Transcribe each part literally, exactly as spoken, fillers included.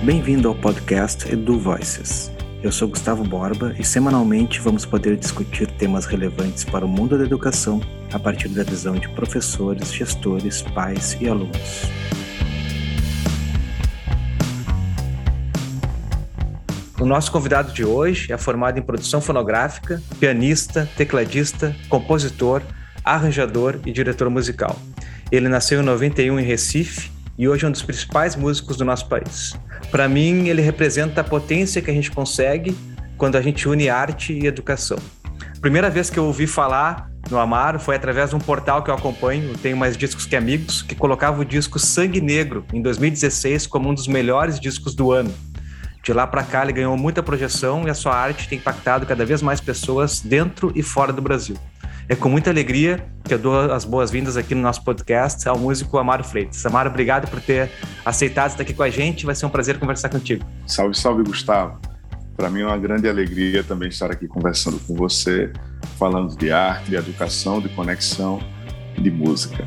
Bem-vindo ao podcast Edu Voices. Eu sou Gustavo Borba e semanalmente vamos poder discutir temas relevantes para o mundo da educação a partir da visão de professores, gestores, pais e alunos. O nosso convidado de hoje é formado em produção fonográfica, pianista, tecladista, compositor, arranjador e diretor musical. Ele nasceu em noventa e um em Recife e hoje é um dos principais músicos do nosso país. Para mim, ele representa a potência que a gente consegue quando a gente une arte e educação. A primeira vez que eu ouvi falar no Amaro foi através de um portal que eu acompanho, Tenho Mais Discos Que Amigos, que colocava o disco Sangue Negro, em dois mil e dezesseis, como um dos melhores discos do ano. De lá para cá, ele ganhou muita projeção e a sua arte tem impactado cada vez mais pessoas dentro e fora do Brasil. É com muita alegria que eu dou as boas-vindas aqui no nosso podcast ao músico Amaro Freitas. Amaro, obrigado por ter aceitado estar aqui com a gente. Vai ser um prazer conversar contigo. Salve, salve, Gustavo. Para mim é uma grande alegria também estar aqui conversando com você, falando de arte, de educação, de conexão, de música.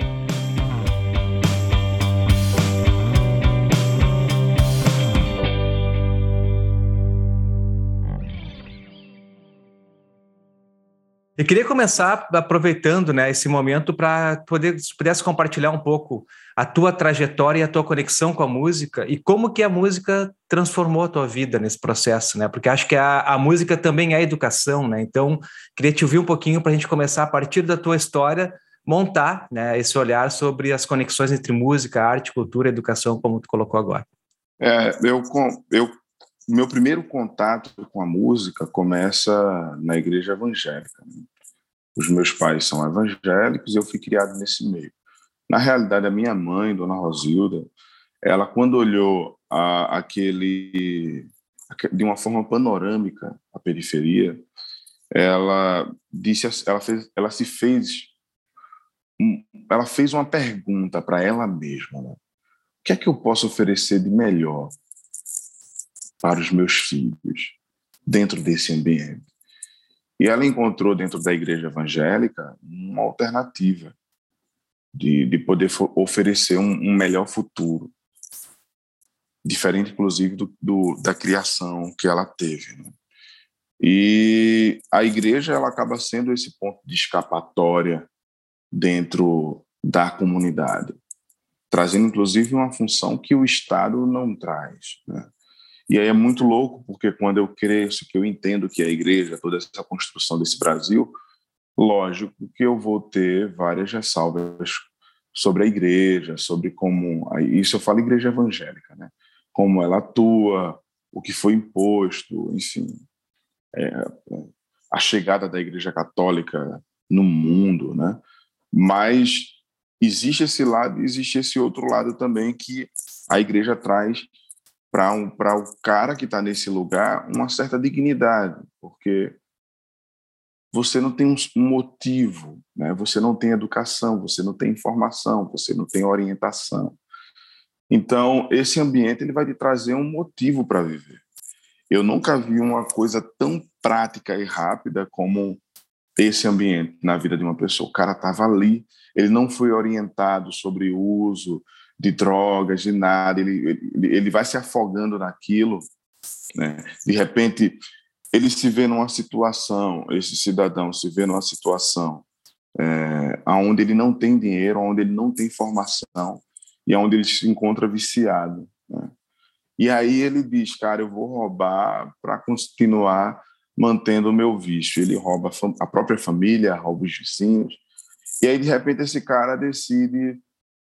Eu queria começar aproveitando, né, esse momento para poder, se pudesse compartilhar um pouco a tua trajetória e a tua conexão com a música e como que a música transformou a tua vida nesse processo, né? Porque acho que a, a música também é educação, né? Então, queria te ouvir um pouquinho para a gente começar a partir da tua história, montar, né, esse olhar sobre as conexões entre música, arte, cultura e educação, como tu colocou agora. É, eu, eu, meu primeiro contato com a música começa na igreja evangélica, né? Os meus pais são evangélicos e eu fui criado nesse meio. Na realidade, a minha mãe, Dona Rosilda, ela, quando olhou a, aquele, de uma forma panorâmica a periferia, ela disse, ela fez, ela se fez, ela fez uma pergunta para ela mesma, né? O que é que eu posso oferecer de melhor para os meus filhos dentro desse ambiente? E ela encontrou dentro da igreja evangélica uma alternativa de, de poder oferecer um, um melhor futuro, diferente, inclusive, do, do, da criação que ela teve, né? E a igreja ela acaba sendo esse ponto de escapatória dentro da comunidade, trazendo, inclusive, uma função que o Estado não traz, né? E aí é muito louco, porque quando eu cresço, que eu entendo que a igreja, toda essa construção desse Brasil, lógico que eu vou ter várias ressalvas sobre a igreja, sobre como... Isso eu falo igreja evangélica, né? Como ela atua, o que foi imposto, enfim. É, a chegada da igreja católica no mundo, né? Mas existe esse lado, existe esse outro lado também que a igreja traz para um, para o cara que está nesse lugar uma certa dignidade, porque você não tem um motivo, né? Você não tem educação, você não tem informação, você não tem orientação. Então, esse ambiente ele vai te trazer um motivo para viver. Eu nunca vi uma coisa tão prática e rápida como esse ambiente na vida de uma pessoa. O cara estava ali, ele não foi orientado sobre o uso de drogas, de nada, ele, ele, ele vai se afogando naquilo, né? De repente, ele se vê numa situação, esse cidadão se vê numa situação é, onde ele não tem dinheiro, onde ele não tem formação e onde ele se encontra viciado, né? E aí ele diz, cara, eu vou roubar para continuar mantendo o meu vício. Ele rouba a própria família, rouba os vizinhos, e aí de repente esse cara decide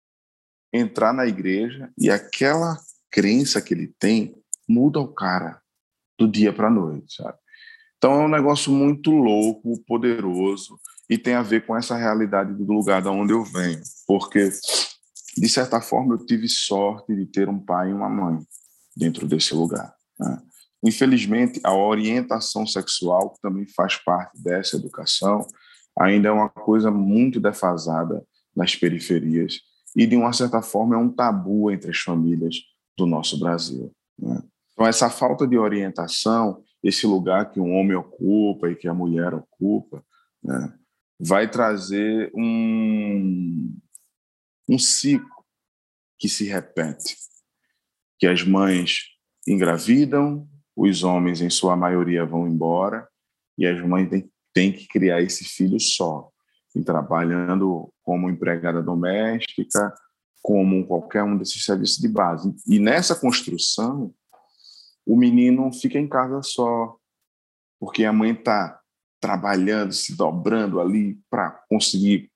entrar na igreja e aquela crença que ele tem muda o cara do dia para a noite, sabe? Então é um negócio muito louco, poderoso, e tem a ver com essa realidade do lugar de onde eu venho, porque, de certa forma, eu tive sorte de ter um pai e uma mãe dentro desse lugar, né? Infelizmente, a orientação sexual, que também faz parte dessa educação, ainda é uma coisa muito defasada nas periferias, e, de uma certa forma, é um tabu entre as famílias do nosso Brasil, né? Então, essa falta de orientação, esse lugar que um homem ocupa e que a mulher ocupa, né, vai trazer um, um ciclo que se repete. que as mães engravidam, os homens, em sua maioria, vão embora, e as mães têm, têm que criar esse filho só, e trabalhando como empregada doméstica, como qualquer um desses serviços de base. E nessa construção, o menino fica em casa só, porque a mãe está trabalhando, se dobrando ali para conseguir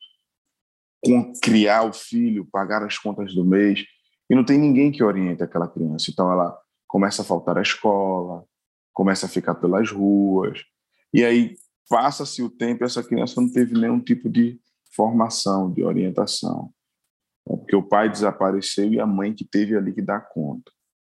criar o filho, pagar as contas do mês, e não tem ninguém que oriente aquela criança. Então ela começa a faltar à escola, começa a ficar pelas ruas, e aí passa-se o tempo e essa criança não teve nenhum tipo de formação, de orientação, porque o pai desapareceu e a mãe que teve ali que dar conta.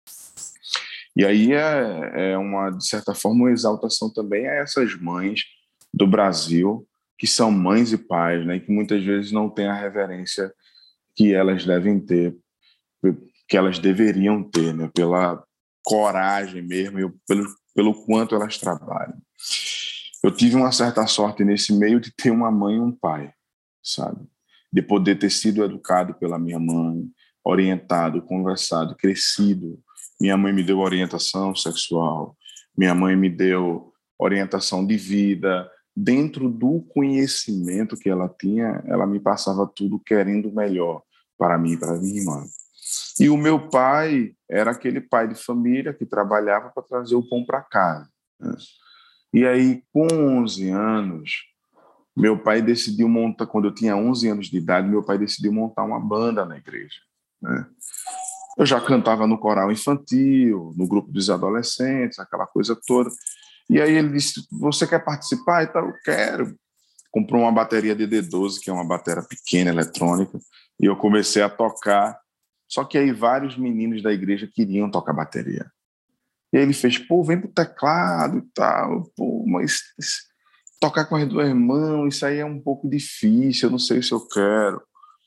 E aí é, é uma, de certa forma, uma exaltação também a essas mães do Brasil, que são mães e pais, né, que muitas vezes não têm a reverência que elas devem ter, que elas deveriam ter, né, pela coragem mesmo e pelo, pelo quanto elas trabalham. Eu tive uma certa sorte nesse meio de ter uma mãe e um pai, sabe? De poder ter sido educado pela minha mãe, orientado, conversado, crescido. Minha mãe me deu orientação sexual, minha mãe me deu orientação de vida. Dentro do conhecimento que ela tinha, ela me passava tudo querendo o melhor para mim e para minha irmã. E o meu pai era aquele pai de família que trabalhava para trazer o pão para casa, né? E aí, com onze anos, meu pai decidiu montar, quando eu tinha onze anos de idade, meu pai decidiu montar uma banda na igreja, né? Eu já cantava no coral infantil, no grupo dos adolescentes, aquela coisa toda. E aí ele disse, você quer participar? Então, eu quero. Comprou uma bateria D D doze, que é uma bateria pequena, eletrônica, e eu comecei a tocar. Só que aí vários meninos da igreja queriam tocar bateria. E aí ele fez, pô, vem pro teclado e tal, pô, mas tocar com as duas mãos, isso aí é um pouco difícil, eu não sei se eu quero.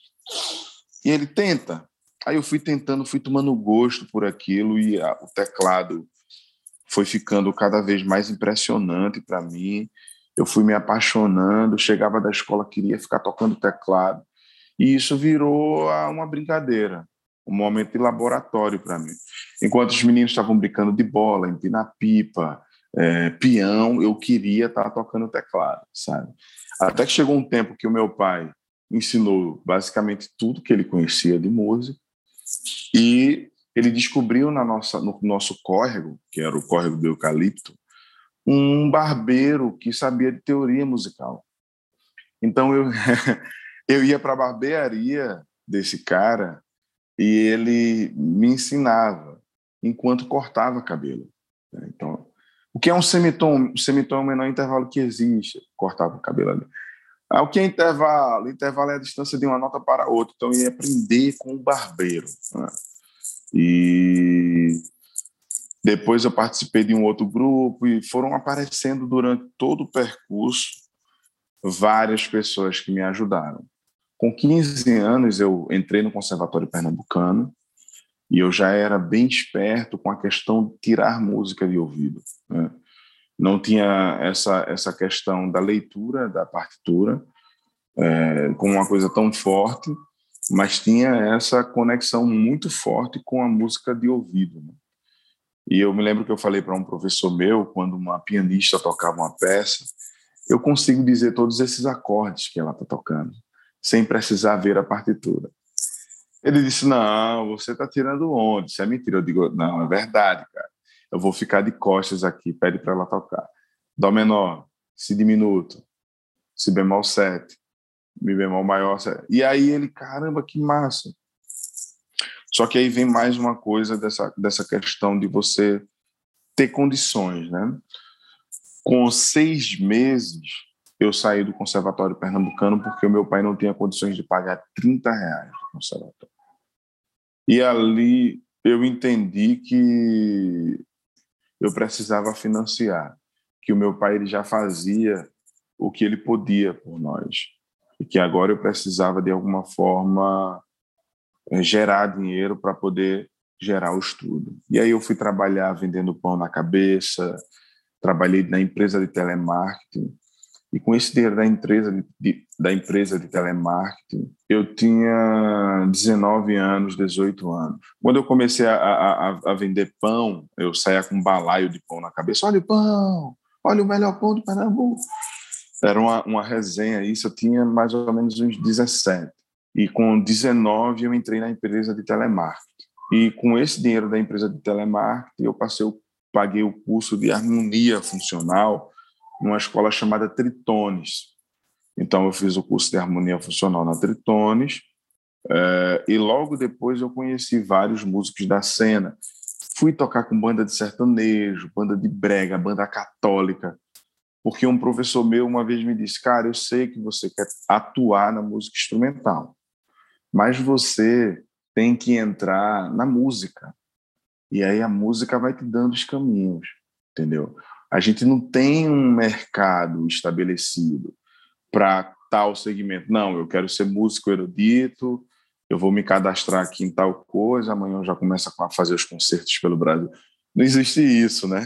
E ele tenta. Aí eu fui tentando, fui tomando gosto por aquilo e a, o teclado foi ficando cada vez mais impressionante para mim. Eu fui me apaixonando, chegava da escola, queria ficar tocando teclado. E isso virou uma brincadeira, um momento de laboratório para mim. Enquanto os meninos estavam brincando de bola, empinar pipa, é, peão, eu queria estar tocando teclado, sabe? Até que chegou um tempo que o meu pai ensinou basicamente tudo que ele conhecia de música e ele descobriu na nossa, no nosso córrego, que era o córrego do Eucalipto, um barbeiro que sabia de teoria musical. Então eu, eu ia para a barbearia desse cara e ele me ensinava enquanto cortava cabelo. Então, o que é um semitom? O semitom é o menor intervalo que existe, cortava o cabelo ali. Ah, o que é intervalo? Intervalo é a distância de uma nota para outra. Então eu ia aprender com o barbeiro, né? E depois eu participei de um outro grupo e foram aparecendo durante todo o percurso várias pessoas que me ajudaram. Com quinze anos eu entrei no Conservatório Pernambucano e eu já era bem esperto com a questão de tirar música de ouvido, né? Não tinha essa, essa questão da leitura da partitura é, como uma coisa tão forte, mas tinha essa conexão muito forte com a música de ouvido, né? E eu me lembro que eu falei para um professor meu, quando uma pianista tocava uma peça, eu consigo dizer todos esses acordes que ela está tocando, sem precisar ver a partitura. Ele disse, não, você está tirando onde? Isso é mentira. Eu digo, não, é verdade, cara. Eu vou ficar de costas aqui, pede para ela tocar. Dó menor, si diminuto, si bemol sete, mi bemol maior sete. E aí ele, caramba, que massa. Só que aí vem mais uma coisa dessa, dessa questão de você ter condições, né? Com seis meses, eu saí do Conservatório Pernambucano porque o meu pai não tinha condições de pagar trinta reais no conservatório. E ali eu entendi que eu precisava financiar, que o meu pai ele já fazia o que ele podia por nós, e que agora eu precisava, de alguma forma, gerar dinheiro para poder gerar o estudo. E aí eu fui trabalhar vendendo pão na cabeça, trabalhei na empresa de telemarketing, E com esse dinheiro da empresa de, de, da empresa de telemarketing, eu tinha dezenove anos, dezoito anos. Quando eu comecei a, a, a vender pão, eu saía com um balaio de pão na cabeça. Olha o pão! Olha o melhor pão do Pernambuco! Era uma, uma resenha, isso eu tinha mais ou menos uns dezessete. E com dezenove eu entrei na empresa de telemarketing. E com esse dinheiro da empresa de telemarketing, eu passei, eu paguei o curso de harmonia funcional numa escola chamada Tritones. Então, eu fiz o curso de harmonia funcional na Tritones, eh, e logo depois eu conheci vários músicos da cena. Fui tocar com banda de sertanejo, banda de brega, banda católica, porque um professor meu uma vez me disse: cara, eu sei que você quer atuar na música instrumental, mas você tem que entrar na música. E aí a música vai te dando os caminhos, entendeu? A gente não tem um mercado estabelecido para tal segmento. Não, eu quero ser músico erudito, eu vou me cadastrar aqui em tal coisa, amanhã eu já começo a fazer os concertos pelo Brasil. Não existe isso, né?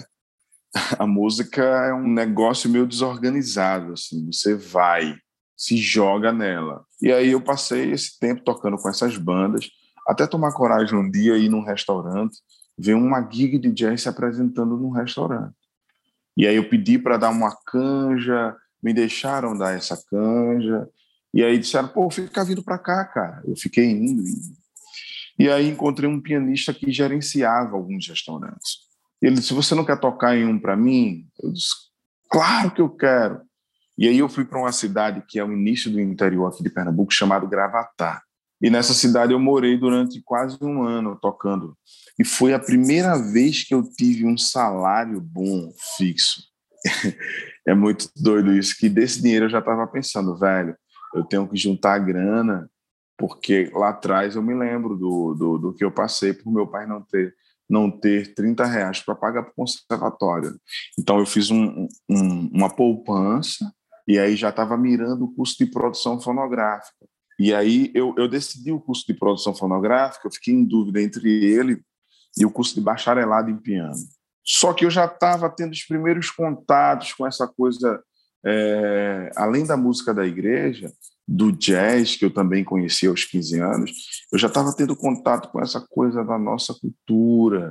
A música é um negócio meio desorganizado, assim, você vai, se joga nela. E aí eu passei esse tempo tocando com essas bandas, até tomar coragem um dia ir num restaurante, ver uma gig de jazz se apresentando num restaurante. E aí eu pedi para dar uma canja, me deixaram dar essa canja, e aí disseram: pô, fica vindo para cá, cara. Eu fiquei indo, indo. E aí encontrei um pianista que gerenciava alguns restaurantes. Ele disse: você não quer tocar em um para mim? Eu disse: claro que eu quero. E aí eu fui para uma cidade que é o início do interior aqui de Pernambuco, chamado Gravatá. E nessa cidade eu morei durante quase um ano tocando. E foi a primeira vez que eu tive um salário bom, fixo. É muito doido isso, que desse dinheiro eu já estava pensando: velho, eu tenho que juntar a grana, porque lá atrás eu me lembro do, do, do que eu passei por meu pai não ter, não ter trinta reais para pagar para o conservatório. Então eu fiz um, um, uma poupança, e aí já estava mirando o curso de produção fonográfica. E aí eu, eu decidi o curso de produção fonográfica, eu fiquei em dúvida entre ele e o curso de bacharelado em piano. Só que eu já estava tendo os primeiros contatos com essa coisa, é, além da música da igreja, do jazz, que eu também conheci aos quinze anos, eu já estava tendo contato com essa coisa da nossa cultura,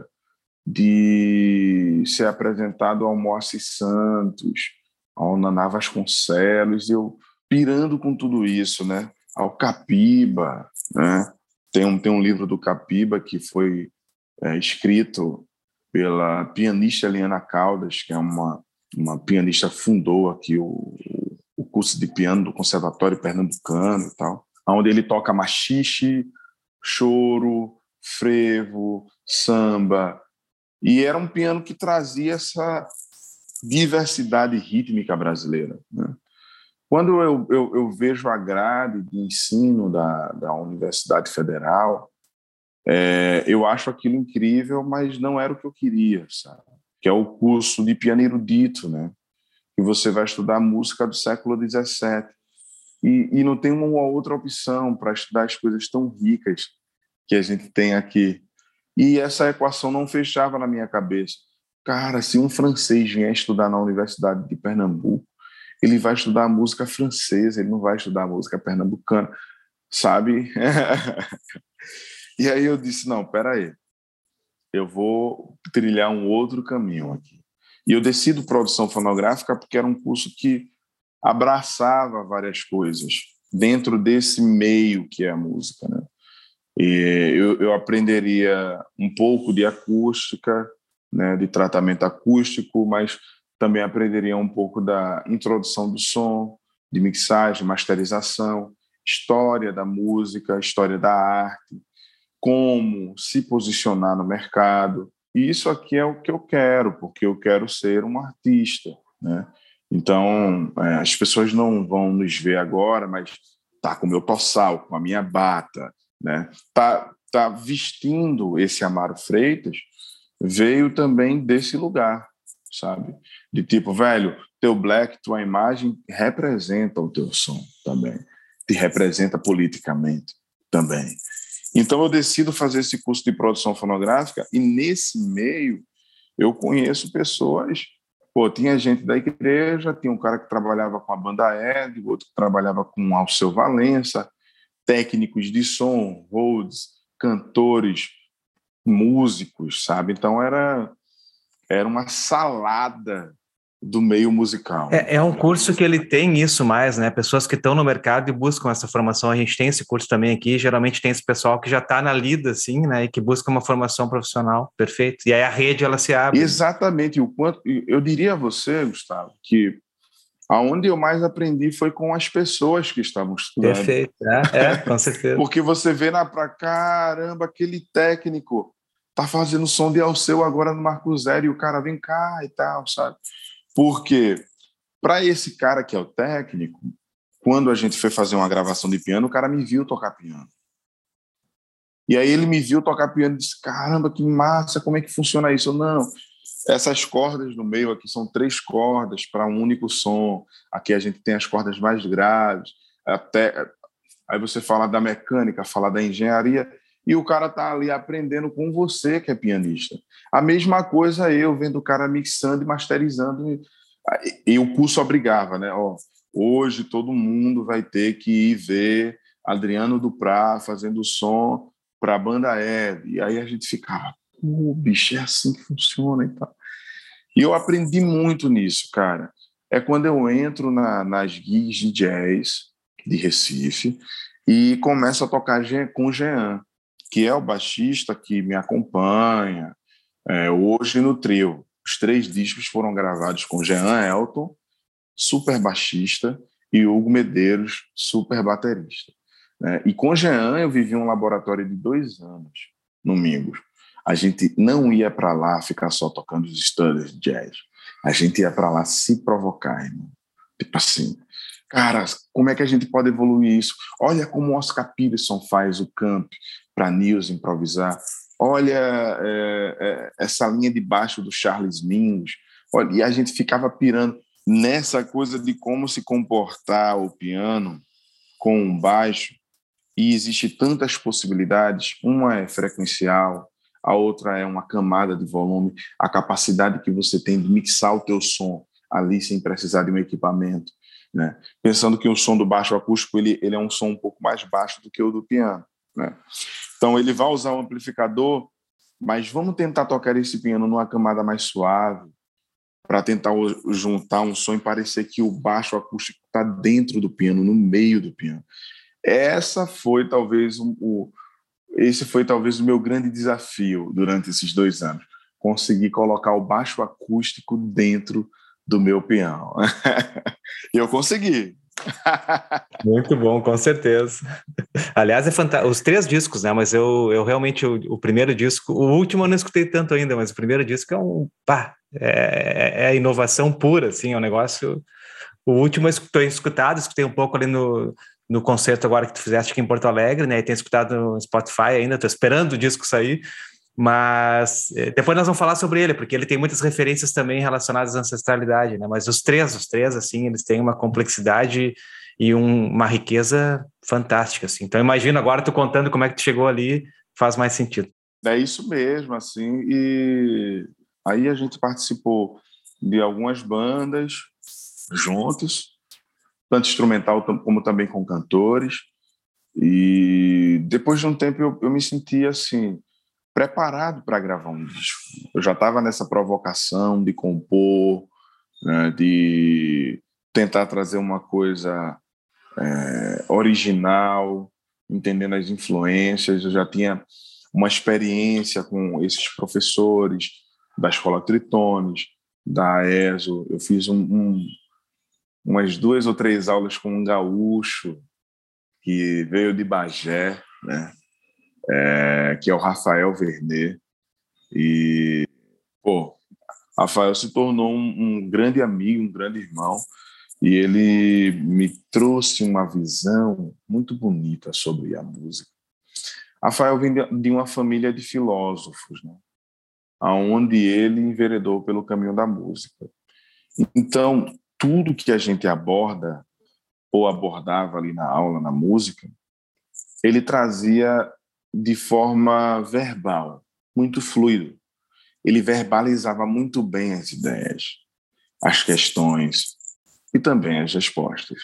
de ser apresentado ao Moacir Santos, ao Naná Vasconcelos, eu pirando com tudo isso, né? Ao Capiba, né? Tem um, tem um livro do Capiba que foi é, escrito pela pianista Eliana Caldas, que é uma, uma pianista, fundou aqui o, o curso de piano do Conservatório Pernambucano e tal, onde ele toca machixe, choro, frevo, samba, e era um piano que trazia essa diversidade rítmica brasileira, né? Quando eu, eu, eu vejo a grade de ensino da, da Universidade Federal, é, eu acho aquilo incrível, mas não era o que eu queria, sabe? Que é o curso de piano erudito, né? Que você vai estudar música do século dezessete. E, e não tem uma outra opção para estudar as coisas tão ricas que a gente tem aqui. E essa equação não fechava na minha cabeça. Cara, se um francês vier estudar na Universidade de Pernambuco, ele vai estudar música francesa, ele não vai estudar música pernambucana, sabe? E aí eu disse: não, peraí, eu vou trilhar um outro caminho aqui. E eu decido produção fonográfica porque era um curso que abraçava várias coisas dentro desse meio que é a música, né? E eu, eu aprenderia um pouco de acústica, né, de tratamento acústico, mas também aprenderia um pouco da introdução do som, de mixagem, masterização, história da música, história da arte, como se posicionar no mercado. E isso aqui é o que eu quero, porque eu quero ser um artista, né? Então, é, as pessoas não vão nos ver agora, mas tá com o meu tossal, com a minha bata, né? Tá, tá vestindo esse Amaro Freitas, veio também desse lugar, sabe? De tipo, velho, teu black, tua imagem representa o teu som também, te representa politicamente também. Então eu decido fazer esse curso de produção fonográfica e nesse meio eu conheço pessoas Pô, tinha gente da igreja, tinha um cara que trabalhava com a banda Ed, outro que trabalhava com o Alceu Valença, técnicos de som, roads, cantores, músicos, sabe? Então era, era uma salada do meio musical. É, é um curso que ele tem isso mais, né? Pessoas que estão no mercado e buscam essa formação. A gente tem esse curso também aqui. Geralmente tem esse pessoal que já está na lida, assim, né? E que busca uma formação profissional. Perfeito. E aí a rede, ela se abre. Exatamente. O quanto, eu diria a você, Gustavo, que aonde eu mais aprendi foi com as pessoas que estavam estudando. Perfeito. É, é com certeza. Porque você vê na pra caramba, aquele técnico tá fazendo som de Alceu agora no Marco Zero e o cara vem cá e tal, sabe? Porque para esse cara que é o técnico, quando a gente foi fazer uma gravação de piano, o cara me viu tocar piano. E aí ele me viu tocar piano e disse, caramba, que massa, como é que funciona isso? Eu, não, essas cordas no meio aqui são três cordas para um único som. Aqui a gente tem as cordas mais graves. Até... Aí você fala da mecânica, fala da engenharia, e o cara tá ali aprendendo com você, que é pianista. A mesma coisa eu, vendo o cara mixando e masterizando. E, e o curso obrigava, né? Ó, hoje todo mundo vai ter que ir ver Adriano Duprá fazendo som para a banda Ed. E aí a gente ficava, pô, bicho, é assim que funciona e tal. E eu aprendi muito nisso, cara. É quando eu entro na, nas gigs de jazz de Recife e começo a tocar com o Jean, que é o baixista que me acompanha é, hoje no trio. Os três discos foram gravados com Jean Elton, super baixista, e Hugo Medeiros, super baterista. Né? E com Jean eu vivi um laboratório de dois anos no Mingos. A gente não ia para lá ficar só tocando os standards de jazz. A gente ia para lá se provocar, irmão. Tipo assim, cara, como é que a gente pode evoluir isso? Olha como o Oscar Peterson faz o camp para Nils improvisar. Olha é, é, essa linha de baixo do Charles Mingus. Olha, e a gente ficava pirando nessa coisa de como se comportar o piano com um baixo. E existe tantas possibilidades. Uma é frequencial, a outra é uma camada de volume, a capacidade que você tem de mixar o teu som ali sem precisar de um equipamento. Né? Pensando que o som do baixo acústico ele, ele é um som um pouco mais baixo do que o do piano. Né? Então, ele vai usar o amplificador, mas vamos tentar tocar esse piano numa camada mais suave para tentar juntar um som e parecer que o baixo acústico está dentro do piano, no meio do piano. Essa foi talvez o, o, esse foi talvez o meu grande desafio durante esses dois anos, conseguir colocar o baixo acústico dentro do meu piano. E eu consegui. Muito bom, com certeza. Aliás, é fantástico. Os três discos, né? Mas eu, eu realmente, o, o primeiro disco, o último eu não escutei tanto ainda, mas o primeiro disco é um, pá, é, é inovação pura, assim, é um negócio. O último eu escutei escutado, escutei um pouco ali no, no concerto agora que tu fizeste aqui em Porto Alegre, né? E tenho escutado no Spotify ainda, tô esperando o disco sair. Mas depois nós vamos falar sobre ele, porque ele tem muitas referências também relacionadas à ancestralidade, né? Mas os três, os três, assim, eles têm uma complexidade e um, uma riqueza fantástica, assim. Então, imagina agora tu contando como é que tu chegou ali, faz mais sentido. É isso mesmo, assim, e aí a gente participou de algumas bandas juntos, tanto instrumental como também com cantores, e depois de um tempo eu, eu me senti, assim, preparado para gravar um disco. Eu já estava nessa provocação de compor, né, de tentar trazer uma coisa é, original, entendendo as influências. Eu já tinha uma experiência com esses professores da Escola Tritones, da A E S O. Eu fiz um, um, umas duas ou três aulas com um gaúcho que veio de Bagé, né? É, que é o Rafael Vernet. E, pô, Rafael se tornou um, um grande amigo, um grande irmão, e ele me trouxe uma visão muito bonita sobre a música. Rafael vem de uma família de filósofos, né? Onde ele enveredou pelo caminho da música. Então, tudo que a gente aborda, ou abordava ali na aula, na música, ele trazia de forma verbal, muito fluido. Ele verbalizava muito bem as ideias. as questões e também as respostas.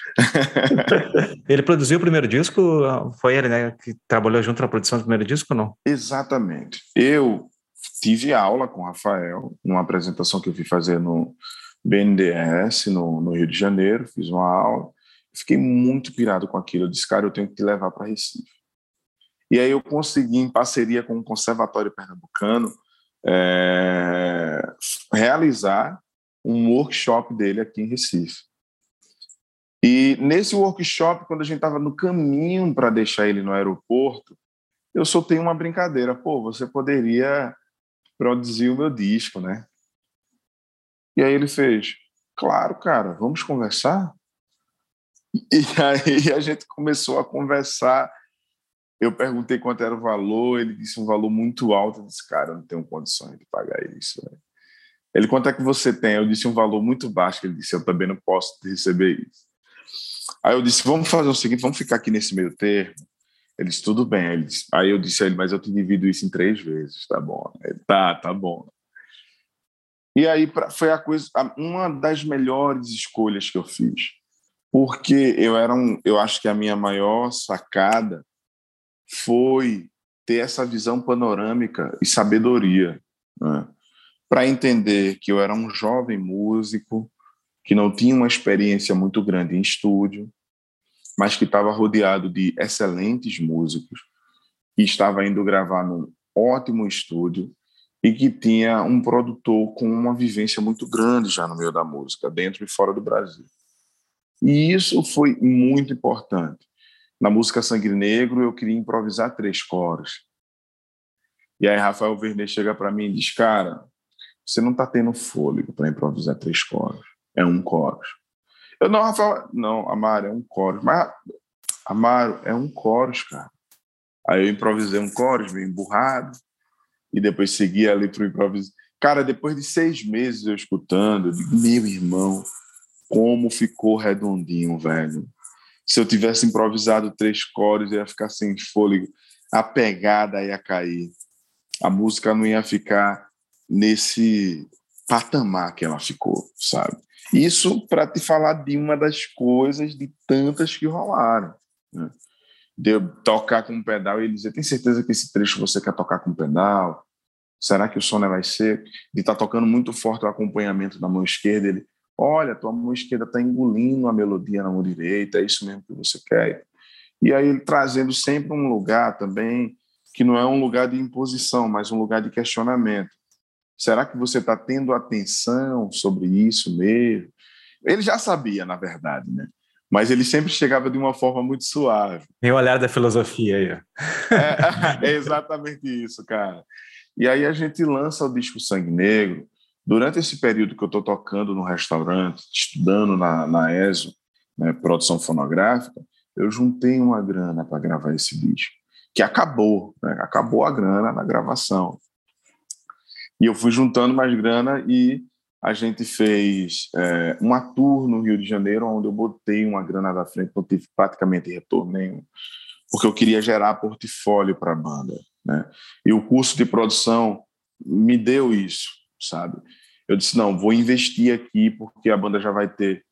Ele produziu o primeiro disco? Foi ele, né, que trabalhou junto na produção do primeiro disco ou não? Exatamente. Eu tive aula com o Rafael, numa apresentação que eu fui fazer no B N D E S, no, no Rio de Janeiro, fiz uma aula, fiquei muito pirado com aquilo, eu disse, cara, eu tenho que te levar para Recife. E aí eu consegui, em parceria com o Conservatório Pernambucano, é, realizar um workshop dele aqui em Recife. E nesse workshop, quando a gente estava no caminho para deixar ele no aeroporto, eu soltei uma brincadeira. Pô, você poderia produzir o meu disco, né? E aí ele fez, claro, cara, vamos conversar? E aí a gente começou a conversar. Eu perguntei quanto era o valor, ele disse um valor muito alto. Eu disse, cara, eu não tenho condições de pagar isso. Né? Ele, quanto é que você tem? Eu disse um valor muito baixo. Ele disse, eu também não posso receber isso. Aí eu disse, vamos fazer o seguinte, vamos ficar aqui nesse meio termo. Ele disse, tudo bem. Aí, disse, aí eu disse a ele, mas eu te divido isso em três vezes, tá bom? Ele, tá, tá bom. E aí foi a coisa, uma das melhores escolhas que eu fiz. Porque eu era um, eu acho que a minha maior sacada foi ter essa visão panorâmica e sabedoria, né? Para entender que eu era um jovem músico, que não tinha uma experiência muito grande em estúdio, mas que estava rodeado de excelentes músicos, que estava indo gravar num ótimo estúdio e que tinha um produtor com uma vivência muito grande já no meio da música, dentro e fora do Brasil. E isso foi muito importante. Na música Sangue Negro, eu queria improvisar três coros. E aí Rafael Vernet chega para mim e diz, cara, você não está tendo fôlego para improvisar três coros. É um coro. Eu, não, Rafael, não, Amaro, é um coro. Mas, Amaro, é um coro, cara. Aí eu improvisei um coro, meio emburrado, e depois segui ali para o improviso. Cara, depois de seis meses eu escutando, eu digo, meu irmão, como ficou redondinho, velho. Se eu tivesse improvisado três coros, eu ia ficar sem fôlego. A pegada ia cair. A música não ia ficar nesse patamar que ela ficou, sabe? Isso para te falar de uma das coisas, de tantas que rolaram. Né? De eu tocar com um pedal e ele dizer, tem certeza que esse trecho você quer tocar com pedal? Será que o som não vai ser? De estar tá tocando muito forte o acompanhamento na mão esquerda, ele, olha, tua mão esquerda está engolindo a melodia na mão direita, é isso mesmo que você quer? E aí ele trazendo sempre um lugar também que não é um lugar de imposição, mas um lugar de questionamento. Será que você está tendo atenção sobre isso mesmo? Ele já sabia, na verdade, né? Mas ele sempre chegava de uma forma muito suave. Tem o olhar da filosofia aí. É, é exatamente isso, cara. E aí a gente lança o disco Sangue Negro. Durante esse período que eu estou tocando no restaurante, estudando na, na E S O, né, produção fonográfica, eu juntei uma grana para gravar esse disco, que acabou, né? Acabou a grana na gravação. E eu fui juntando mais grana e a gente fez é, uma tour no Rio de Janeiro, onde eu botei uma grana da frente, não tive praticamente retorno nenhum, porque eu queria gerar portfólio para a banda, né? E o curso de produção me deu isso, sabe? Eu disse, não, vou investir aqui porque a banda já vai ter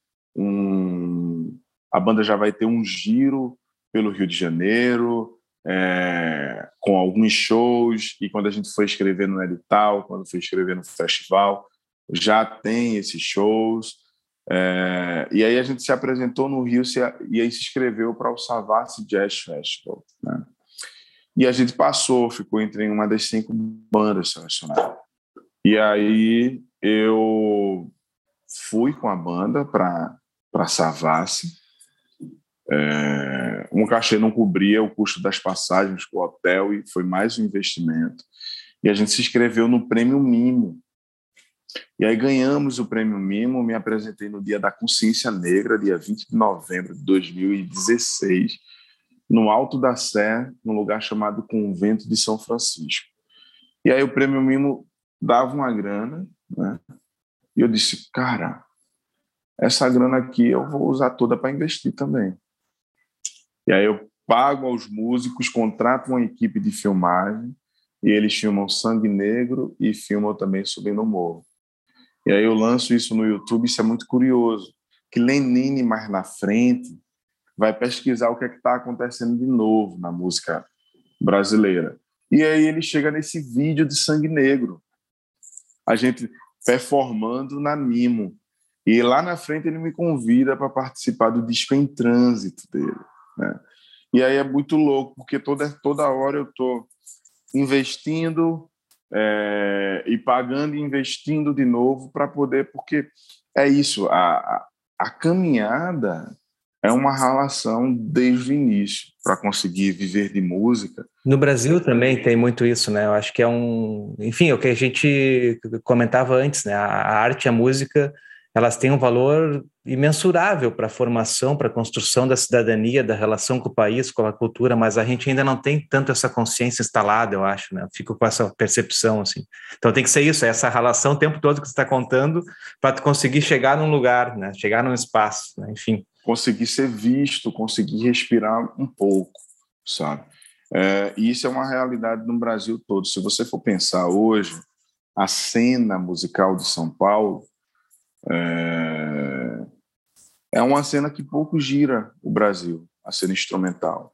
um, a banda já vai ter um giro pelo Rio de Janeiro, é, com alguns shows, e quando a gente foi escrever no edital, quando foi escrever no festival, já tem esses shows. É, e aí a gente se apresentou no Rio se, e aí se inscreveu para o Savassi Jazz Festival, né? E a gente passou, ficou entre uma das cinco bandas selecionadas. E aí eu fui com a banda para para Savassi. É, um cachê não cobria o custo das passagens com o hotel e foi mais um investimento. E a gente se inscreveu no Prêmio Mimo. E aí ganhamos o Prêmio Mimo, me apresentei no Dia da Consciência Negra, dia vinte de novembro de dois mil e dezesseis, no Alto da Sé, num lugar chamado Convento de São Francisco. E aí o Prêmio Mimo dava uma grana, né? E eu disse, cara, essa grana aqui eu vou usar toda para investir também. E aí eu pago aos músicos, contrato uma equipe de filmagem, e eles filmam Sangue Negro e filmam também Subindo o Morro. E aí eu lanço isso no YouTube, isso é muito curioso, que Lenine mais na frente vai pesquisar o que é que está acontecendo de novo na música brasileira. E aí ele chega nesse vídeo de Sangue Negro, a gente performando na Mimo. E lá na frente ele me convida para participar do disco Em Trânsito dele, né? E aí é muito louco, porque toda, toda hora eu estou investindo é, e pagando e investindo de novo para poder, porque é isso, a, a, a caminhada é uma relação desde o início para conseguir viver de música. No Brasil também tem muito isso, né? Eu acho que é um... Enfim, é o que a gente comentava antes, né? A arte e a música, elas têm um valor imensurável para a formação, para a construção da cidadania, da relação com o país, com a cultura, mas a gente ainda não tem tanto essa consciência instalada, eu acho, né? Eu fico com essa percepção, assim. Então tem que ser isso, essa relação o tempo todo que você está contando para tu conseguir chegar num lugar, né? Chegar num espaço, né? Enfim. Conseguir ser visto, conseguir respirar um pouco, sabe? É, e isso é uma realidade no Brasil todo. Se você for pensar hoje, a cena musical de São Paulo é, é uma cena que pouco gira o Brasil, a cena instrumental.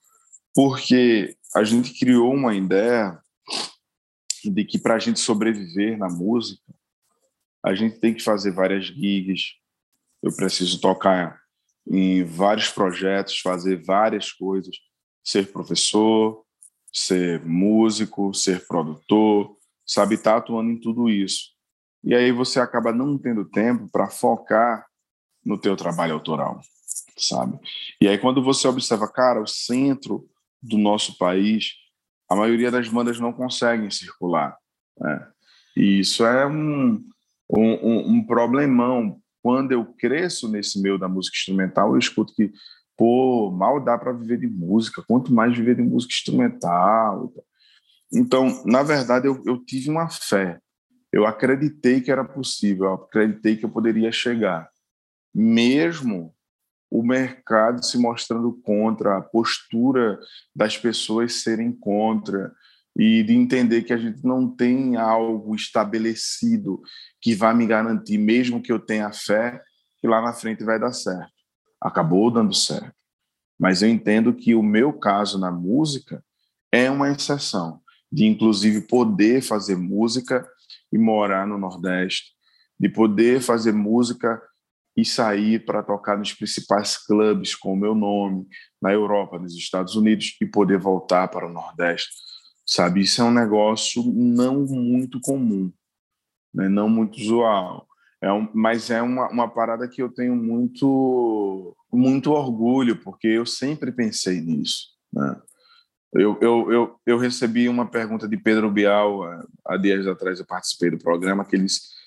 Porque a gente criou uma ideia de que para a gente sobreviver na música, a gente tem que fazer várias gigs, eu preciso tocar em vários projetos, fazer várias coisas, ser professor, ser músico, ser produtor, sabe, estar atuando em tudo isso. E aí você acaba não tendo tempo para focar no teu trabalho autoral, sabe? E aí quando você observa, cara, o centro do nosso país, a maioria das bandas não conseguem circular, né? E isso é um, um, um, um problemão. Quando eu cresço nesse meio da música instrumental, eu escuto que, pô, mal dá para viver de música, quanto mais viver de música instrumental. Então, na verdade, eu, eu tive uma fé. Eu acreditei que era possível, eu acreditei que eu poderia chegar. Mesmo o mercado se mostrando contra, a postura das pessoas serem contra, e de entender que a gente não tem algo estabelecido que vai me garantir, mesmo que eu tenha fé, que lá na frente vai dar certo. Acabou dando certo. Mas eu entendo que o meu caso na música é uma exceção, de inclusive poder fazer música e morar no Nordeste, de poder fazer música e sair para tocar nos principais clubes com o meu nome, na Europa, nos Estados Unidos, e poder voltar para o Nordeste. Sabe, isso é um negócio não muito comum, né? Não muito usual. É um, mas é uma, uma parada que eu tenho muito, muito orgulho, porque eu sempre pensei nisso, né? Eu, eu, eu, eu recebi uma pergunta de Pedro Bial, há dias atrás eu participei do programa, que ele disse,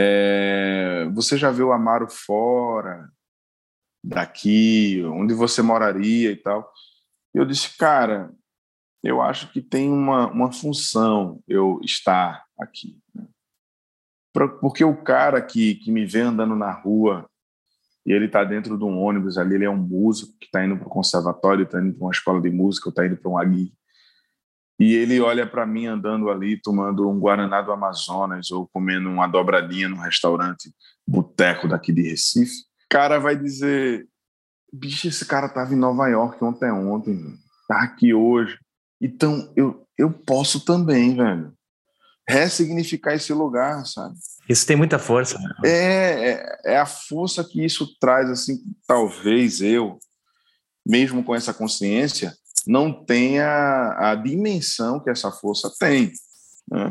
é, você já viu Amaro fora daqui, onde você moraria e tal? E eu disse, cara, eu acho que tem uma, uma função eu estar aqui, né? Porque o cara que, que me vê andando na rua e ele está dentro de um ônibus ali, ele é um músico que está indo para o conservatório, está indo para uma escola de música, está indo para um agui, e ele olha para mim andando ali, tomando um Guaraná do Amazonas ou comendo uma dobradinha num restaurante boteco daqui de Recife, o cara vai dizer, bicho, esse cara estava em Nova York ontem, ontem, está aqui hoje. Então, eu, eu posso também, velho, ressignificar esse lugar, sabe? Isso tem muita força, né? É, é, é a força que isso traz, assim, talvez eu, mesmo com essa consciência, não tenha a dimensão que essa força tem, né?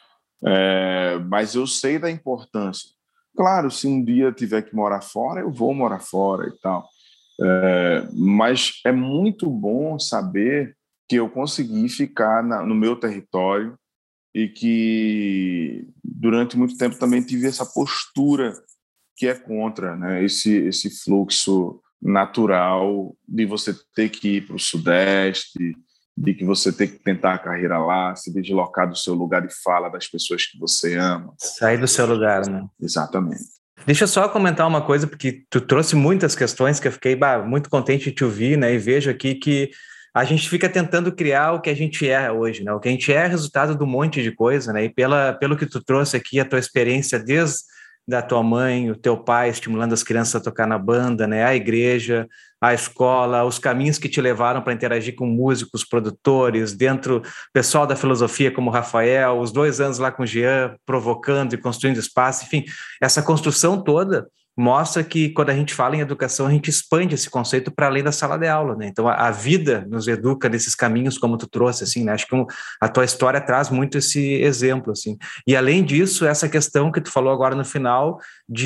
É, mas eu sei da importância. Claro, se um dia tiver que morar fora, eu vou morar fora e tal. É, mas é muito bom saber que eu consegui ficar na, no meu território e que durante muito tempo também tive essa postura que é contra, né, esse, esse fluxo natural de você ter que ir para o Sudeste, de que você tem que tentar a carreira lá, se deslocar do seu lugar de fala, das pessoas que você ama. Sair do seu lugar, né? Exatamente. Deixa eu só comentar uma coisa, porque tu trouxe muitas questões que eu fiquei bah, muito contente de te ouvir, né? E vejo aqui que a gente fica tentando criar o que a gente é hoje, né? O que a gente é é resultado de um monte de coisa, né? E pela, pelo que tu trouxe aqui, a tua experiência desde da tua mãe, o teu pai estimulando as crianças a tocar na banda, né? A igreja, a escola, os caminhos que te levaram para interagir com músicos, produtores, dentro, pessoal da filosofia como o Rafael, os dois anos lá com o Jean, provocando e construindo espaço, enfim, essa construção toda mostra que quando a gente fala em educação, a gente expande esse conceito para além da sala de aula, né? Então, a, a vida nos educa nesses caminhos, como tu trouxe, assim, né? Acho que um, a tua história traz muito esse exemplo, assim. E, além disso, essa questão que tu falou agora no final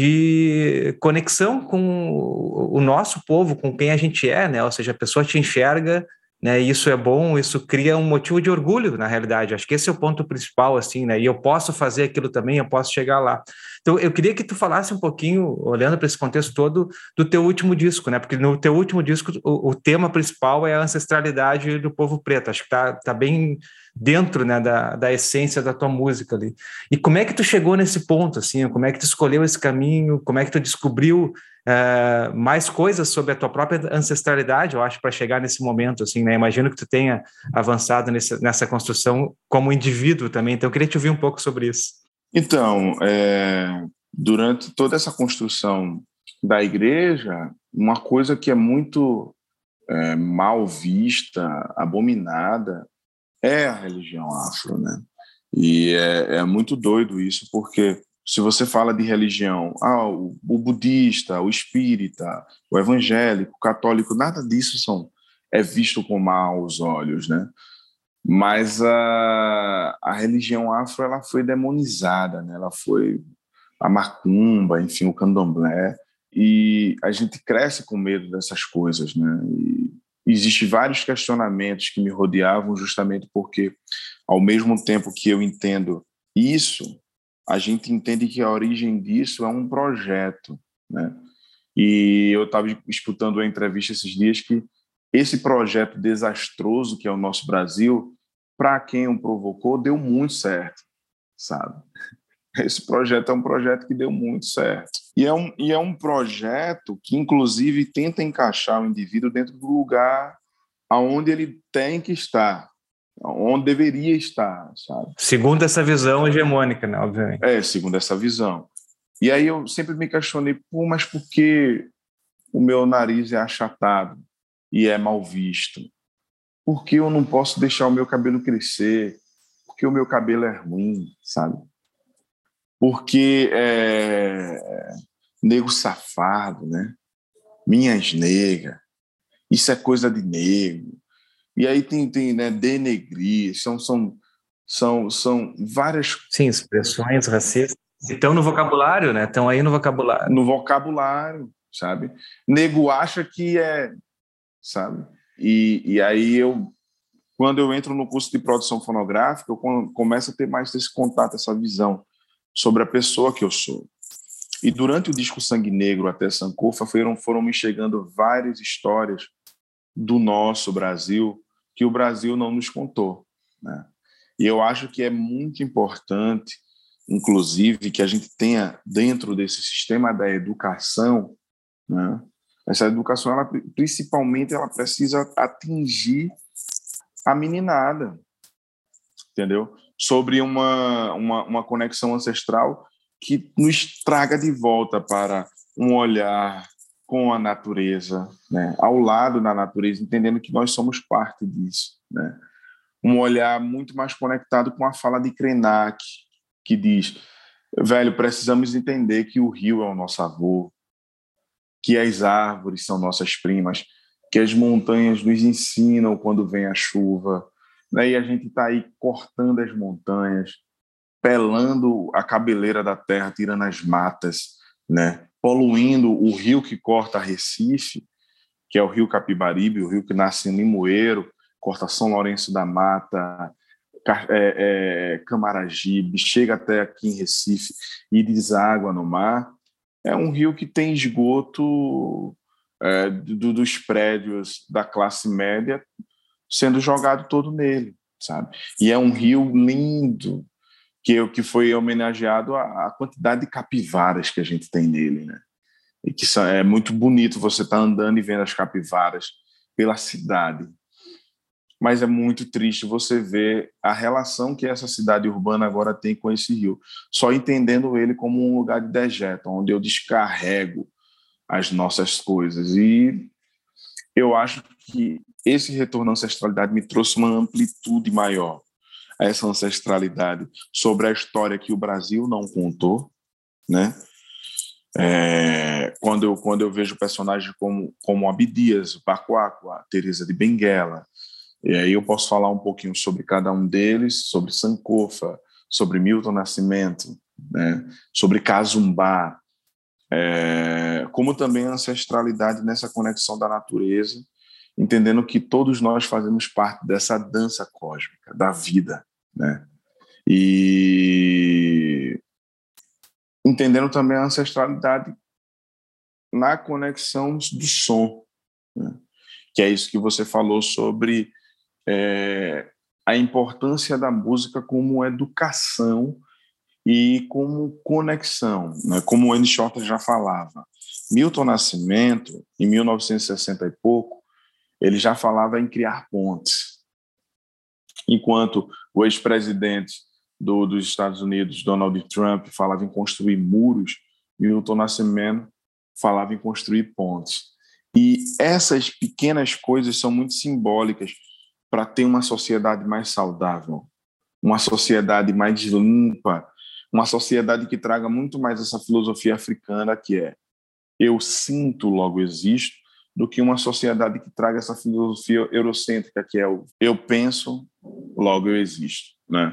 de conexão com o, o nosso povo, com quem a gente é, né? Ou seja, a pessoa te enxerga, né? E isso é bom, isso cria um motivo de orgulho, na realidade. Acho que esse é o ponto principal, assim, né? E eu posso fazer aquilo também, eu posso chegar lá. Então, eu queria que tu falasse um pouquinho, olhando para esse contexto todo, do teu último disco, né? Porque no teu último disco, o, o tema principal é a ancestralidade do povo preto. Acho que tá, tá bem dentro, né, da, da essência da tua música ali. E como é que tu chegou nesse ponto, assim? Como é que tu escolheu esse caminho? Como é que tu descobriu Uh, mais coisas sobre a tua própria ancestralidade, eu acho, para chegar nesse momento, assim, né? Imagino que tu tenha avançado nesse, nessa construção como indivíduo também, então eu queria te ouvir um pouco sobre isso. Então, é, durante toda essa construção da igreja, uma coisa que é muito é, mal vista, abominada, é a religião afro, né? E é, é muito doido isso, porque se você fala de religião, ah, o, o budista, o espírita, o evangélico, o católico, nada disso são, é visto com maus olhos, né? Mas a, a religião afro, ela foi demonizada, né? Ela foi a macumba, enfim, o candomblé, e a gente cresce com medo dessas coisas, né? E existem vários questionamentos que me rodeavam justamente porque, ao mesmo tempo que eu entendo isso, a gente entende que a origem disso é um projeto, né? E eu estava escutando uma entrevista esses dias que esse projeto desastroso que é o nosso Brasil, para quem o provocou, deu muito certo, sabe? Esse projeto é um projeto que deu muito certo. E é um, e é um projeto que, inclusive, tenta encaixar o indivíduo dentro do lugar aonde ele tem que estar, onde deveria estar, sabe? Segundo essa visão hegemônica, né, obviamente. É, segundo essa visão. E aí eu sempre me questionei, pô, mas por que o meu nariz é achatado e é mal visto? Por que eu não posso deixar o meu cabelo crescer? Por que o meu cabelo é ruim, sabe? Porque é nego safado, né? Minhas negas, isso é coisa de negro. E aí tem, tem né, denegrir, são, são, são, são várias... Sim, expressões racistas. Estão no vocabulário, né? Estão aí no vocabulário. No vocabulário, sabe? Nego acha que é, sabe? E, e aí eu, quando eu entro no curso de produção fonográfica, eu começo a ter mais esse contato, essa visão sobre a pessoa que eu sou. E durante o disco Sangue Negro até Sankofa foram, foram me chegando várias histórias do nosso Brasil que o Brasil não nos contou, né? E eu acho que é muito importante, inclusive, que a gente tenha dentro desse sistema da educação, né? Essa educação, ela, principalmente, ela precisa atingir a meninada, entendeu? Sobre uma, uma, uma conexão ancestral que nos traga de volta para um olhar com a natureza, né? Ao lado da natureza, entendendo que nós somos parte disso, né? Um olhar muito mais conectado com a fala de Krenak, que diz, velho, precisamos entender que o rio é o nosso avô, que as árvores são nossas primas, que as montanhas nos ensinam quando vem a chuva, né? E a gente está aí cortando as montanhas, pelando a cabeleira da terra, tirando as matas, né? Poluindo o rio que corta Recife, que é o rio Capibaribe, o rio que nasce em Limoeiro, corta São Lourenço da Mata, é, é, Camaragibe, chega até aqui em Recife e deságua no mar. É um rio que tem esgoto é, do, dos prédios da classe média sendo jogado todo nele, sabe? E é um rio lindo, que, que foi homenageado à quantidade de capivaras que a gente tem nele, né? E que é muito bonito você estar andando e vendo as capivaras pela cidade. mas é muito triste você ver a relação que essa cidade urbana agora tem com esse rio, só entendendo ele como um lugar de dejeto, onde eu descarrego as nossas coisas. E eu acho que esse retorno à ancestralidade me trouxe uma amplitude maior a essa ancestralidade sobre a história que o Brasil não contou, né? É, quando, eu, quando eu vejo personagens como, como Abdias, o Pacuaco, a Teresa de Benguela, e aí eu posso falar um pouquinho sobre cada um deles, sobre Sankofa, sobre Milton Nascimento, né? Sobre Cazumbá, é, como também a ancestralidade nessa conexão da natureza, entendendo que todos nós fazemos parte dessa dança cósmica, da vida, né? E entendendo também a ancestralidade na conexão do som, né? Que é isso que você falou sobre é, a importância da música como educação e como conexão, né? Como o Andy Shorter já falava. Milton Nascimento, em mil novecentos e sessenta e pouco, ele já falava em criar pontes, enquanto o ex-presidente do, dos Estados Unidos, Donald Trump, falava em construir muros, Milton Nascimento falava em construir pontes. E essas pequenas coisas são muito simbólicas para ter uma sociedade mais saudável, uma sociedade mais limpa, uma sociedade que traga muito mais essa filosofia africana que é eu sinto, logo existo, do que uma sociedade que traga essa filosofia eurocêntrica que é o eu penso, logo eu existo, né?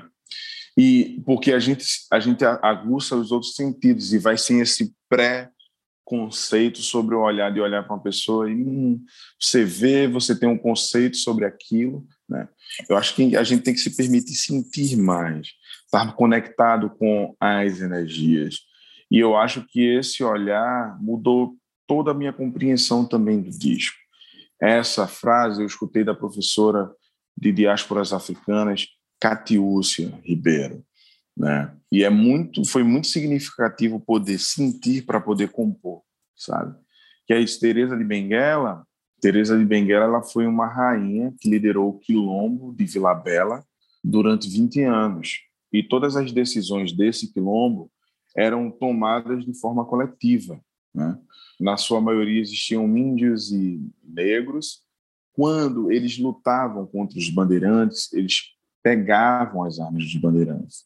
E porque a gente, a gente aguça os outros sentidos e vai sem esse pré-conceito sobre o olhar de olhar para uma pessoa e hum, você vê, você tem um conceito sobre aquilo, né? Eu acho que a gente tem que se permitir sentir mais, estar conectado com as energias. E eu acho que esse olhar mudou toda a minha compreensão também do disco. Essa frase eu escutei da professora de diásporas africanas, Catiúcia Ribeiro, né? E é muito, foi muito significativo poder sentir para poder compor, sabe? Que é isso, Teresa de Benguela, Teresa de Benguela, ela foi uma rainha que liderou o quilombo de Vila Bela durante vinte anos. E todas as decisões desse quilombo eram tomadas de forma coletiva, né? Na sua maioria existiam índios e negros. Quando eles lutavam contra os bandeirantes, eles pegavam as armas dos bandeirantes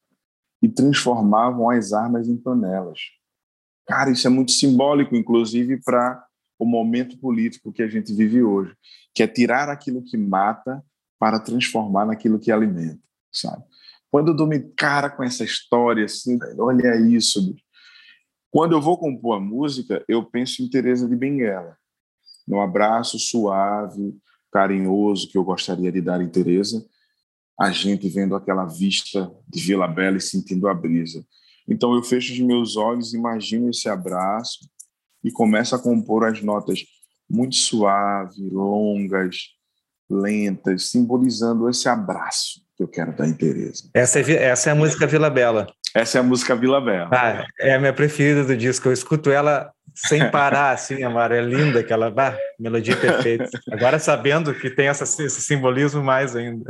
e transformavam as armas em panelas. Cara, isso é muito simbólico, inclusive, para o momento político que a gente vive hoje, que é tirar aquilo que mata para transformar naquilo que alimenta, sabe? Quando eu dou me cara com essa história, assim, olha isso. Quando eu vou compor a música, eu penso em Teresa de Benguela, no abraço suave, carinhoso que eu gostaria de dar em Teresa, a gente vendo aquela vista de Vila Bela e sentindo a brisa. Então eu fecho os meus olhos, imagino esse abraço e começo a compor as notas muito suaves, longas, lentas, simbolizando esse abraço que eu quero dar em Teresa. Essa é, essa é a música Vila Bela. Essa é a música Vila Bela. Ah, é a minha preferida do disco. Eu escuto ela sem parar, assim, Amaro. É linda aquela bah, melodia perfeita. Agora sabendo que tem essa, esse simbolismo mais ainda.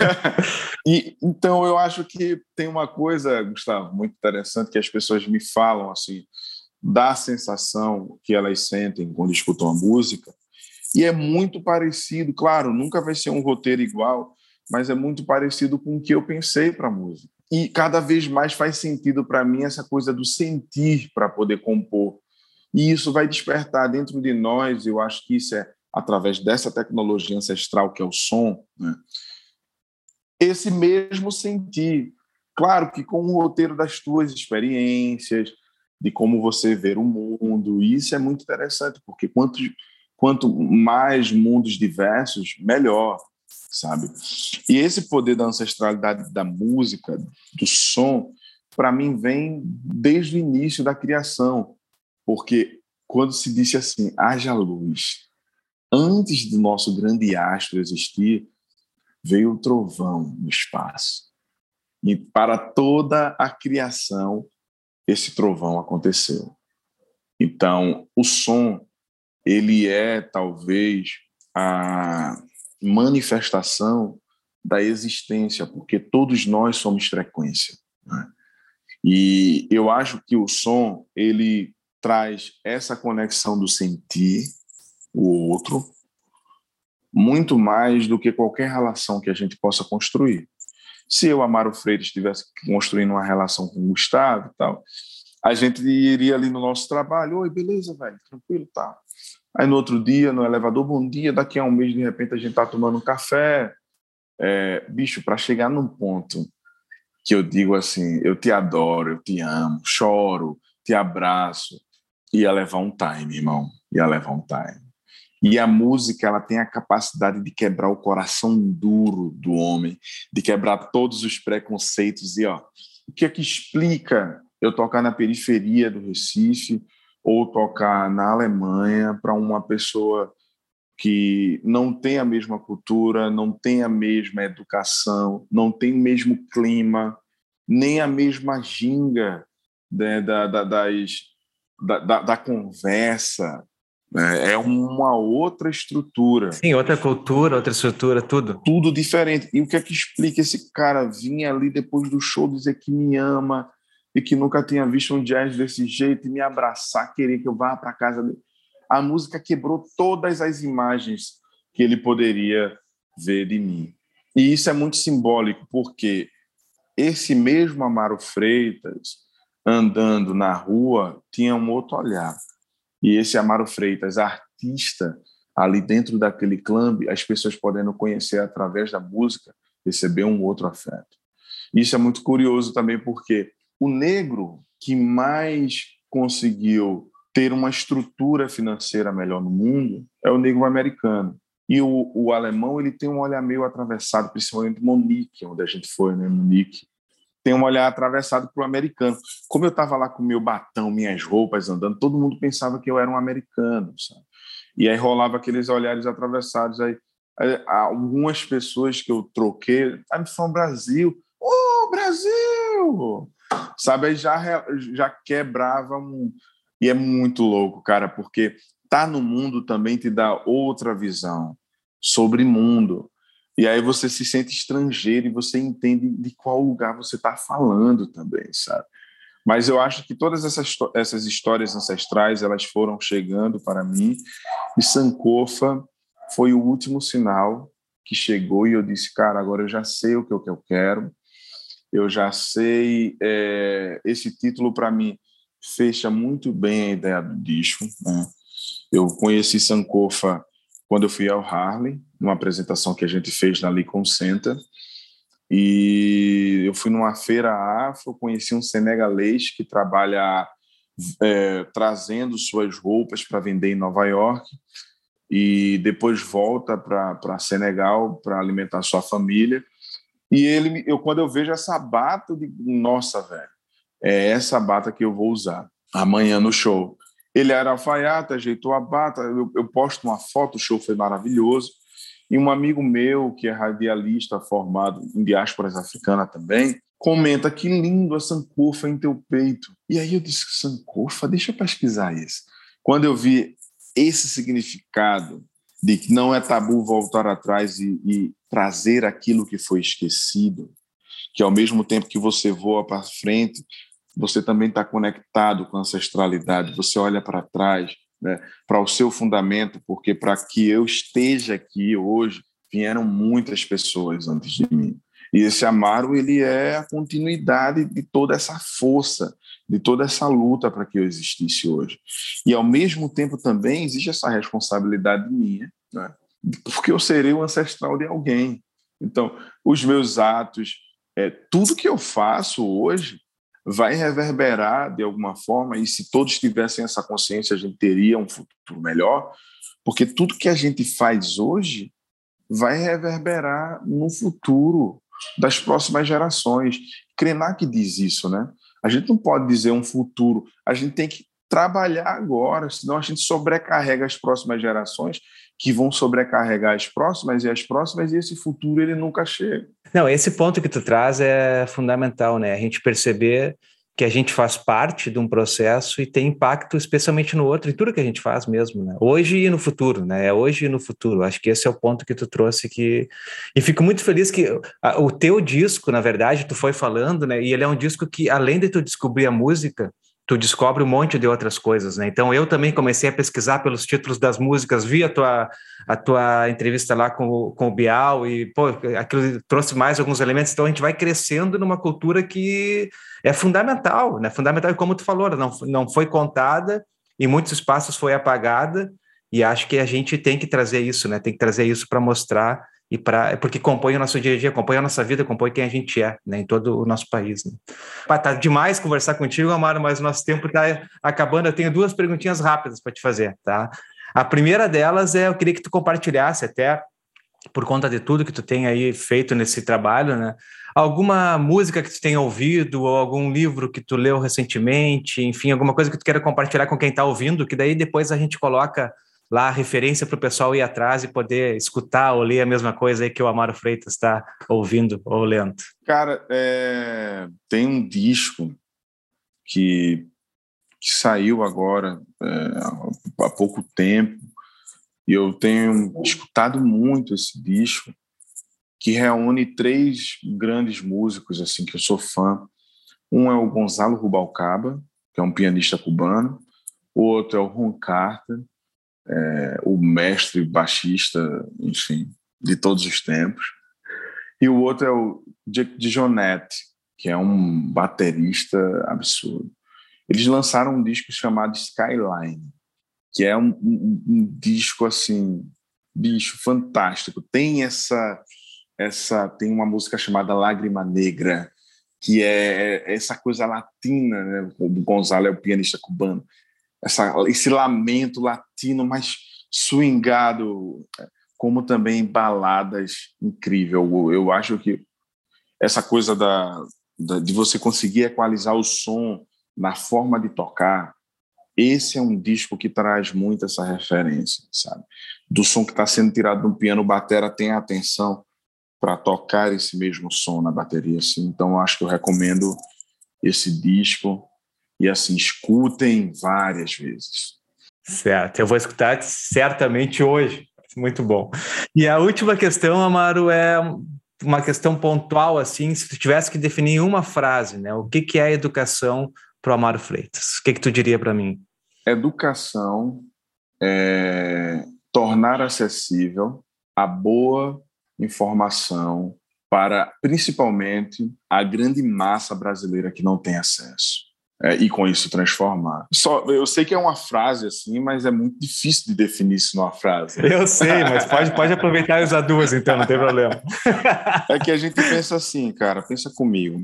E, então, eu acho que tem uma coisa, Gustavo, muito interessante que as pessoas me falam, assim, da sensação que elas sentem quando escutam a música. E é muito parecido, claro, nunca vai ser um roteiro igual, mas é muito parecido com o que eu pensei para a música. E cada vez mais faz sentido para mim essa coisa do sentir para poder compor. E isso vai despertar dentro de nós, eu acho que isso é através dessa tecnologia ancestral que é o som, né? Esse mesmo sentir. Claro que com o roteiro das tuas experiências, de como você vê o mundo, e isso é muito interessante, porque quanto, quanto mais mundos diversos, melhor, sabe? E esse poder da ancestralidade da música, do som, para mim vem desde o início da criação, porque quando se disse assim, haja luz, antes do nosso grande astro existir, veio o trovão no espaço. E para toda a criação, esse trovão aconteceu. Então, o som, ele é talvez a manifestação da existência, porque todos nós somos frequência, né? E eu acho que o som, ele traz essa conexão do sentir o outro muito mais do que qualquer relação que a gente possa construir. Se eu, Amaro Freire, estivesse construindo uma relação com o Gustavo e tal, a gente iria ali no nosso trabalho, oi, beleza, velho, tranquilo, tá. Aí no outro dia, no elevador, bom dia, daqui a um mês, de repente, a gente tá tomando um café. É, bicho, para chegar num ponto que eu digo assim, eu te adoro, eu te amo, choro, te abraço, ia levar um time, irmão, ia levar um time. E a música, ela tem a capacidade de quebrar o coração duro do homem, de quebrar todos os preconceitos. E, ó, o que é que explica eu tocar na periferia do Recife ou tocar na Alemanha para uma pessoa que não tem a mesma cultura, não tem a mesma educação, não tem o mesmo clima, nem a mesma ginga, né, da, da, das, da, da, da conversa, né? É uma outra estrutura. Sim, outra cultura, outra estrutura, tudo. Tudo diferente. E o que é que explica esse cara vir ali depois do show dizer que me ama e que nunca tinha visto um jazz desse jeito e me abraçar, querer que eu vá para casa dele? A música quebrou todas as imagens que ele poderia ver de mim. E isso é muito simbólico, porque esse mesmo Amaro Freitas, andando na rua, tinha um outro olhar. E esse Amaro Freitas, artista, ali dentro daquele clube, as pessoas podendo conhecer através da música, receber um outro afeto. Isso é muito curioso também, porque o negro que mais conseguiu ter uma estrutura financeira melhor no mundo é o negro americano. E o, o alemão, ele tem um olhar meio atravessado, principalmente Munique, onde a gente foi, né? Munique, tem um olhar atravessado para o americano. Como eu estava lá com meu batão, minhas roupas andando, todo mundo pensava que eu era um americano, sabe? E aí rolava aqueles olhares atravessados. Aí, aí algumas pessoas que eu troquei, I'm from Brasil, oh, Brasil! Sabe, aí já, já quebrava um... E é muito louco, cara, porque tá no mundo também te dá outra visão sobre mundo. E aí você se sente estrangeiro e você entende de qual lugar você está falando também, sabe? Mas eu acho que todas essas, essas histórias ancestrais, elas foram chegando para mim, e Sankofa foi o último sinal que chegou e eu disse, cara, agora eu já sei o que eu quero, eu já sei, é, esse título para mim fecha muito bem a ideia do disco, né? Eu conheci Sankofa quando eu fui ao Harlem, numa apresentação que a gente fez na Lincoln Center, e eu fui numa feira afro, conheci um senegalês que trabalha é, trazendo suas roupas para vender em Nova York, e depois volta para Senegal para alimentar sua família. E ele, eu, quando eu vejo essa bata, eu digo, nossa, velho, é essa bata que eu vou usar amanhã no show. Ele era alfaiate, ajeitou a bata, eu, eu posto uma foto, o show foi maravilhoso. E um amigo meu, que é radialista, formado em diásporas africanas também, comenta, que lindo a Sankofa em teu peito. E aí eu disse, Sankofa, deixa eu pesquisar isso. Quando eu vi esse significado de que não é tabu voltar atrás e, e trazer aquilo que foi esquecido, que ao mesmo tempo que você voa para frente, você também está conectado com a ancestralidade, você olha para trás, né, para o seu fundamento, porque para que eu esteja aqui hoje, vieram muitas pessoas antes de mim. E esse Amaro, ele é a continuidade de toda essa força, de toda essa luta para que eu existisse hoje. E, ao mesmo tempo, também existe essa responsabilidade minha, né, porque eu serei o ancestral de alguém. Então, os meus atos, é, tudo que eu faço hoje, vai reverberar de alguma forma, e se todos tivessem essa consciência, a gente teria um futuro melhor, porque tudo que a gente faz hoje vai reverberar no futuro das próximas gerações. Krenak diz isso, né? A gente não pode dizer um futuro, a gente tem que trabalhar agora, senão a gente sobrecarrega as próximas gerações, que vão sobrecarregar as próximas e as próximas, e esse futuro ele nunca chega. Não, esse ponto que tu traz é fundamental, né? A gente perceber que a gente faz parte de um processo e tem impacto especialmente no outro, em tudo que a gente faz mesmo, né? Hoje e no futuro, né? É hoje e no futuro. Acho que esse é o ponto que tu trouxe que... E fico muito feliz que a, o teu disco, na verdade, tu foi falando, né? E ele é um disco que, além de tu descobrir a música, tu descobre um monte de outras coisas, né? Então, eu também comecei a pesquisar pelos títulos das músicas, vi a tua, a tua entrevista lá com o, com o Bial e, pô, aquilo trouxe mais alguns elementos. Então, a gente vai crescendo numa cultura que é fundamental, né? Fundamental, e como tu falou, não, não foi contada, em muitos espaços foi apagada, e acho que a gente tem que trazer isso, né? Tem que trazer isso para mostrar, e pra, porque compõe o nosso dia a dia, compõe a nossa vida, compõe quem a gente é, né, em todo o nosso país. Né? Pá, tá demais conversar contigo, Amaro, mas o nosso tempo está acabando. Eu tenho duas perguntinhas rápidas para te fazer, tá? A primeira delas é, eu queria que tu compartilhasse, até por conta de tudo que tu tem aí feito nesse trabalho, né? Alguma música que tu tenha ouvido, ou algum livro que tu leu recentemente, enfim, alguma coisa que tu queira compartilhar com quem está ouvindo, que daí depois a gente coloca lá a referência para o pessoal ir atrás e poder escutar ou ler a mesma coisa aí que o Amaro Freitas está ouvindo ou lendo. Cara, é... tem um disco que, que saiu agora é, há pouco tempo, e eu tenho escutado muito esse disco, que reúne três grandes músicos assim, que eu sou fã. Um é o Gonzalo Rubalcaba, que é um pianista cubano. O outro é o Ron Carter, É, o mestre baixista, enfim, de todos os tempos. E o outro é o Jake DeJohnette, que é um baterista absurdo. Eles lançaram um disco chamado Skyline, que é um, um, um disco assim, bicho, fantástico. Tem essa, essa, tem uma música chamada Lágrima Negra, que é essa coisa latina, né? O Gonzalo é o pianista cubano. Essa, esse lamento latino, mas swingado, como também baladas incrível. Eu, eu acho que essa coisa da, da, de você conseguir equalizar o som na forma de tocar, esse é um disco que traz muito essa referência, sabe? Do som que está sendo tirado do piano, o batera tem a atenção para tocar esse mesmo som na bateria. Assim. Então, eu acho que eu recomendo esse disco. E assim, escutem várias vezes. Certo, eu vou escutar certamente hoje. Muito bom. E a última questão, Amaro, é uma questão pontual, assim, se tu tivesse que definir uma frase, né? O que, que é educação para o Amaro Freitas? O que, que tu diria para mim? Educação é tornar acessível a boa informação para, principalmente, a grande massa brasileira que não tem acesso. É, e com isso transformar. Só, eu sei que é uma frase assim, mas é muito difícil de definir isso numa frase. Eu sei, mas pode, pode aproveitar e usar duas, então, não tem problema. É que a gente pensa assim, cara, pensa comigo.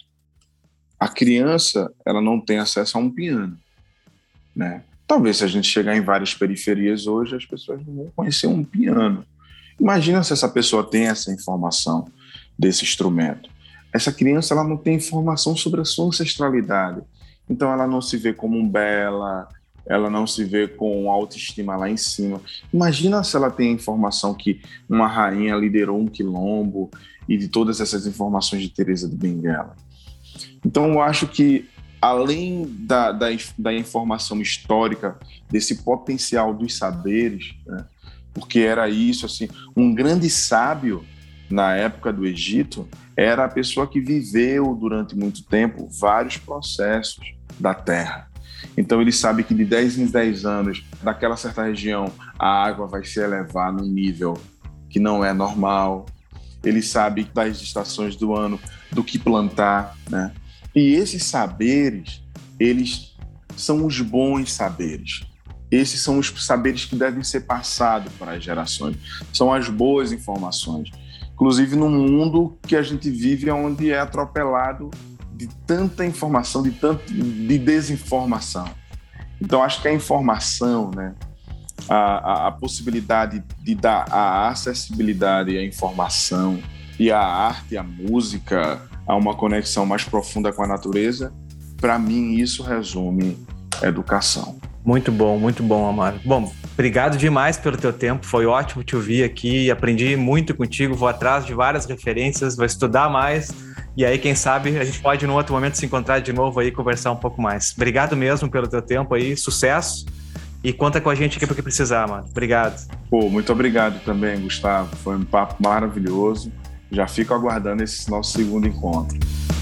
A criança, ela não tem acesso a um piano, né? Talvez se a gente chegar em várias periferias hoje, as pessoas não vão conhecer um piano. Imagina se essa pessoa tem essa informação desse instrumento. Essa criança, ela não tem informação sobre a sua ancestralidade. Então, ela não se vê como um bela, ela não se vê com autoestima lá em cima. Imagina se ela tem a informação que uma rainha liderou um quilombo e de todas essas informações de Teresa de Benguela. Então, eu acho que, além da, da, da informação histórica, desse potencial dos saberes, né, porque era isso, assim, um grande sábio na época do Egito era a pessoa que viveu durante muito tempo vários processos da terra. Então ele sabe que de dez em dez anos, naquela certa região, a água vai se elevar num nível que não é normal. Ele sabe das estações do ano, do que plantar, né? E esses saberes, eles são os bons saberes. Esses são os saberes que devem ser passados para as gerações. São as boas informações. Inclusive num mundo que a gente vive onde é atropelado de tanta informação, de, tanto, de desinformação. Então, acho que a informação, né, a, a, a possibilidade de dar a acessibilidade à informação e a arte, a música, a uma conexão mais profunda com a natureza, para mim isso resume educação. Muito bom, muito bom, Amaro. Bom, obrigado demais pelo teu tempo, foi ótimo te ouvir aqui, aprendi muito contigo, vou atrás de várias referências, vou estudar mais E aí, quem sabe, a gente pode, num outro momento, se encontrar de novo aí e conversar um pouco mais. Obrigado mesmo pelo teu tempo aí, sucesso. E conta com a gente aqui para o que precisar, mano. Obrigado. Pô, muito obrigado também, Gustavo. Foi um papo maravilhoso. Já fico aguardando esse nosso segundo encontro.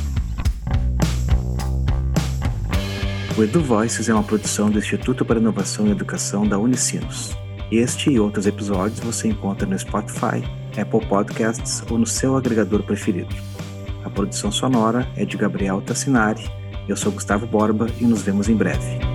O Edu Voices é uma produção do Instituto para Inovação e Educação da Unicinos. Este e outros episódios você encontra no Spotify, Apple Podcasts ou no seu agregador preferido. A produção sonora é de Gabriel Tassinari. Eu sou Gustavo Borba e nos vemos em breve.